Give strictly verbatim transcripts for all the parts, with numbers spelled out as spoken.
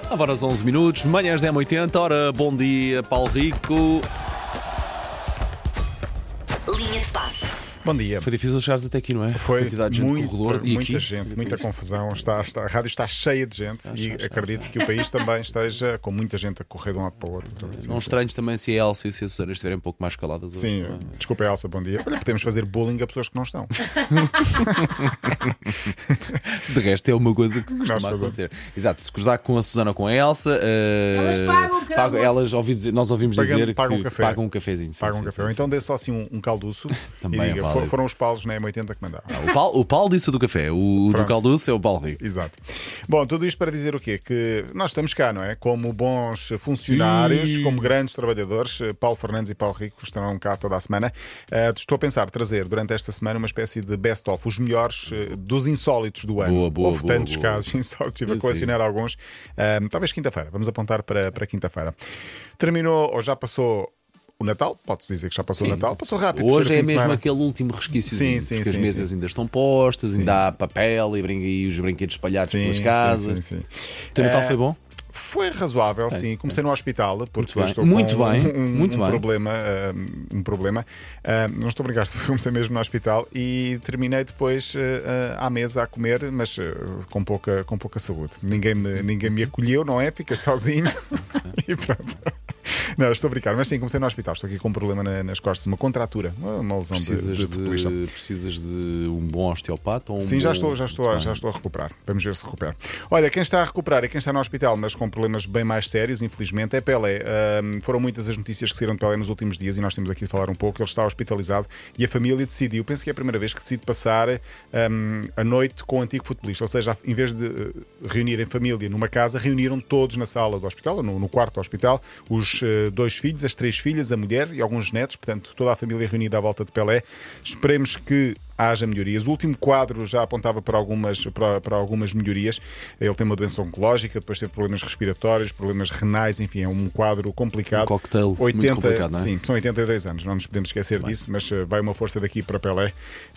Agora às onze minutos, manhãs dez e oitenta. Ora, bom dia, Paulo Rico. Linha de passe. Bom dia. Foi difícil chegares até aqui, não é? Foi Quantidade de gente muito, no corredor. E muita aqui? gente, muita confusão. Está, está, a rádio está cheia de gente Está, e está, acredito está. que o país também esteja com muita gente a correr de um lado para o outro. Não estranhos também se a Elsa e se a Susana estiverem um pouco mais caladas hoje. Sim, também. desculpa, Elsa, bom dia. Olha, podemos fazer bullying a pessoas que não estão. De resto, é uma coisa que costuma Nós acontecer. Exato, se cruzar com a Susana ou com a Elsa, eh, Elas pagam, caramba. elas, ouvi dizer, nós ouvimos Pagam- dizer pagam que um café. pagam um cafezinho. Sim, Pagam um sim, café. sim, Ou sim. então dê só assim um, um calduço Também e é diga, válido. "For- foram os Paulos na M oitenta que mandaram. O Paulo, o Paulo disse o do café, o, o do Pronto. calduço é o Paulo Rico. Exato. Bom, tudo isto para dizer o quê? Que nós estamos cá, não é? Como bons funcionários, Sim. como grandes trabalhadores. Paulo Fernandes e Paulo Rico estarão cá toda a semana. Uh, estou a pensar trazer durante esta semana uma espécie de best-of, os melhores uh, dos insólitos do ano. Boa, boa, Houve boa, tantos boa. casos insólitos, estive a Sim. colecionar alguns. Uh, talvez quinta-feira. Vamos apontar para, para quinta-feira. Terminou, ou já passou o Natal, pode-se dizer que já passou o Natal, passou rápido. Hoje é terceiro fim de mesmo semana. aquele último resquíciozinho, Sim, sim, porque as sim, mesas sim. ainda estão postas, ainda há papel e, brin- e os brinquedos espalhados Sim, pelas sim, casas. sim, sim. O teu Natal Eh, foi bom? Foi razoável, sim. Comecei no hospital porque Muito bem. estou Muito com bem, um, um- muito um bem. problema. um, um problema. Ah, não estou a brincar, comecei mesmo no hospital e terminei depois ah, ah, à mesa a comer, mas ah, com, pouca, com pouca saúde. Ninguém me, ninguém me acolheu, não é? Fiquei sozinho e pronto. Não, estou a brincar, mas sim, comecei no hospital. Estou aqui com um problema na- nas costas, uma contratura, uma, uma lesão de, Precisas de, de, futebolista. precisas de um bom osteopata ou um Sim, já bom- estou, já, estou, Muito já bem. estou a recuperar. Vamos ver se recupero. Olha, quem está a recuperar e quem está no hospital, mas com problemas bem mais sérios, infelizmente, é Pelé. Ahm, foram muitas as notícias que saíram de Pelé nos últimos dias e nós temos aqui de falar um pouco. Ele está hospitalizado e a família decidiu, penso que é a primeira vez que decide passar ahm, a noite com o antigo futebolista. Ou seja, em vez de eh, reunirem família numa casa, reuniram todos na sala do hospital, no, no quarto do hospital, os eh, dois filhos, as três filhas, a mulher e alguns netos, portanto, toda a família reunida à volta de Pelé. Esperemos que haja melhorias. O último quadro já apontava para algumas, para, para algumas melhorias. Ele tem uma doença oncológica, depois teve problemas respiratórios, problemas renais, enfim, é um quadro complicado. Um cocktail muito complicado, não é? Sim, são oitenta e dois anos, não nos podemos esquecer disso, mas uh, vai uma força daqui para Pelé.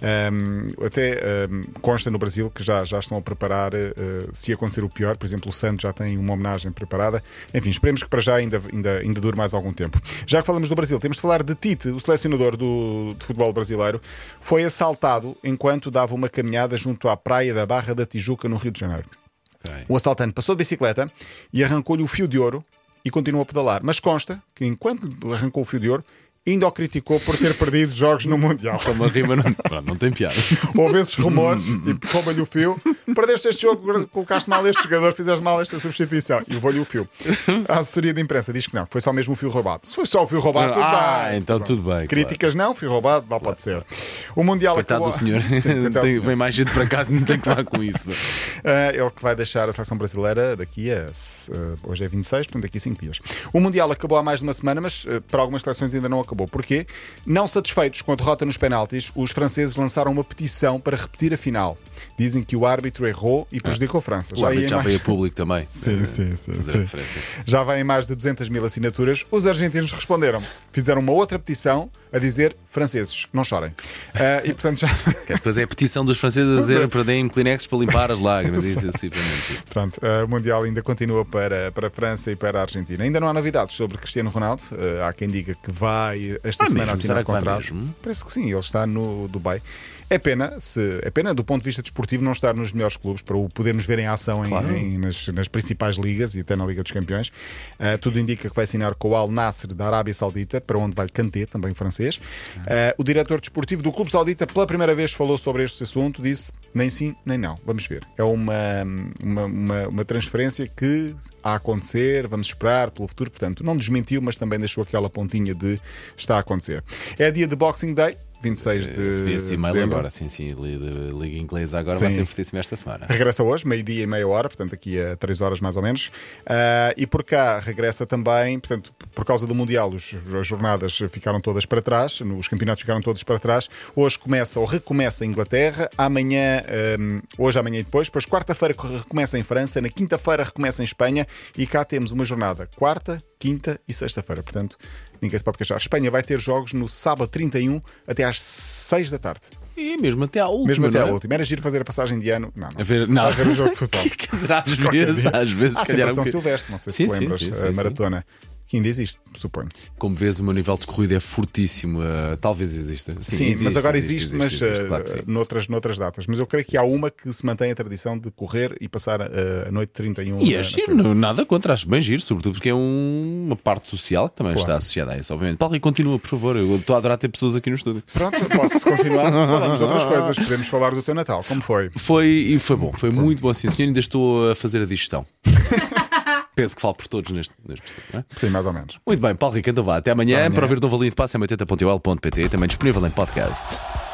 Um, até um, consta no Brasil que já, já estão a preparar, uh, se acontecer o pior, por exemplo, o Santos já tem uma homenagem preparada. Enfim, esperemos que para já ainda, ainda, ainda dure mais algum tempo. Já que falamos do Brasil, temos de falar de Tite, o selecionador do, de futebol brasileiro, foi assaltado enquanto dava uma caminhada junto à praia da Barra da Tijuca, no Rio de Janeiro. Ok. O assaltante passou de bicicleta e arrancou-lhe o fio de ouro e continuou a pedalar. Mas consta que enquanto arrancou o fio de ouro, ainda o criticou por ter perdido jogos no Mundial. Para uma rima não, pronto, não tem piada. Houve esses rumores, tipo, rouba-lhe o fio, perdeste este jogo, colocaste mal este jogador, fizeste mal esta substituição e levou-lhe o fio. A assessoria de imprensa diz que não, foi só mesmo o fio roubado. Se foi só o fio roubado, tudo Ah, bem. então tudo bem, Críticas não, fio roubado, lá pode ser. O Mundial Coitado do acabou... senhor. Sim, coitado do Tem- senhor. Vem mais gente para cá, não tem que falar com isso. Uh, ele que vai deixar a seleção brasileira daqui a. Uh, hoje é vinte e seis, portanto, daqui a cinco dias. O Mundial acabou há mais de uma semana, mas uh, para algumas seleções ainda não acabou. Porquê? Não satisfeitos com a derrota nos penaltis, os franceses lançaram uma petição para repetir a final. Dizem que o árbitro errou e prejudicou a França. O árbitro ia já mais- veio a público também. Sim, eh, sim, sim, fazer sim. referência. Já vai em mais de duzentas mil assinaturas. Os argentinos responderam. Fizeram uma outra petição a dizer: franceses, não chorem. Uh, e portanto já. Que depois é a petição dos franceses a dizer para deem Kleenex para limpar as lágrimas e isso assim, sim. Pronto, uh, o Mundial ainda continua para, para a França e para a Argentina. Ainda não há novidades sobre Cristiano Ronaldo. Uh, há quem diga que vai esta Ah, semana mesmo? assinar Será que vai contrato. mesmo? Parece que sim, ele está no Dubai. É pena, se, é pena do ponto de vista desportivo não estar nos melhores clubes para o podermos ver em ação em- Claro. em- nas, nas principais ligas e até na Liga dos Campeões. Uh, tudo indica que vai assinar com o Al Nassr da Arábia Saudita, para onde vai Kanté, também francês. Uh, o diretor desportivo do Clube Saudita pela primeira vez falou sobre este assunto, disse nem sim, nem não. Vamos ver. É uma, uma, uma, uma transferência que a acontecer, vamos esperar pelo futuro. Portanto, não desmentiu, mas também deixou aquela pontinha de está a acontecer. É dia de Boxing Day. vinte e seis de Recebi esse e-mail dezembro. agora, sim, sim. li- Liga Inglesa agora vai Sim. ser fortíssimo esta semana. Regressa hoje, meio-dia e meia hora, portanto aqui a três horas mais ou menos. Ah, e por cá regressa também, portanto, por causa do Mundial, os- as jornadas ficaram todas para trás, os campeonatos ficaram todos para trás. Hoje começa ou recomeça a Inglaterra, amanhã, ahm, hoje, amanhã e depois, depois quarta-feira recomeça em França, na quinta-feira recomeça em Espanha e cá temos uma jornada quarta, quinta e sexta-feira. Portanto, ninguém se pode queixar. Espanha vai ter jogos no sábado trinta e um até às seis da tarde. E mesmo até à última. Mesmo até não à é? última. Era giro fazer a passagem de ano. Não, não. A ver, não. A ver o jogo de futebol. Quer dizer, às Qualquer vezes, dia. às vezes, Há se calhar. sempre um a São bocadinho- Silvestre, não sei se Sim, te sim, lembras, sim, sim, a sim. maratona. Que ainda existe, suponho. Como vês, o meu nível de corrida é fortíssimo. uh, talvez exista. Sim, Sim, existe, mas agora existe, existe, existe, mas existe, uh, claro que sim. noutras, noutras datas. Mas eu creio que há uma que se mantém a tradição de correr e passar uh, a noite de trinta e um. E na- é na giro, corrida. não, nada contra, acho bem giro, sobretudo porque é um- uma parte social que também Claro. está associada a isso, obviamente. Paulo, e continua, por favor. Eu estou a adorar ter pessoas aqui no estúdio. Pronto, posso continuar. Falamos de outras coisas. Podemos falar do teu Natal. Como foi? Foi, e foi bom, foi muito bom, sim, senhor. Ainda estou a fazer a digestão. Penso que falo por todos neste, neste estudo, não é? Sim, mais ou menos. Muito bem, Paulo Rico, então vá. Até amanhã, Até amanhã. para ouvir Novo Ali de Passe em oitenta ponto ol ponto pt, também disponível em podcast.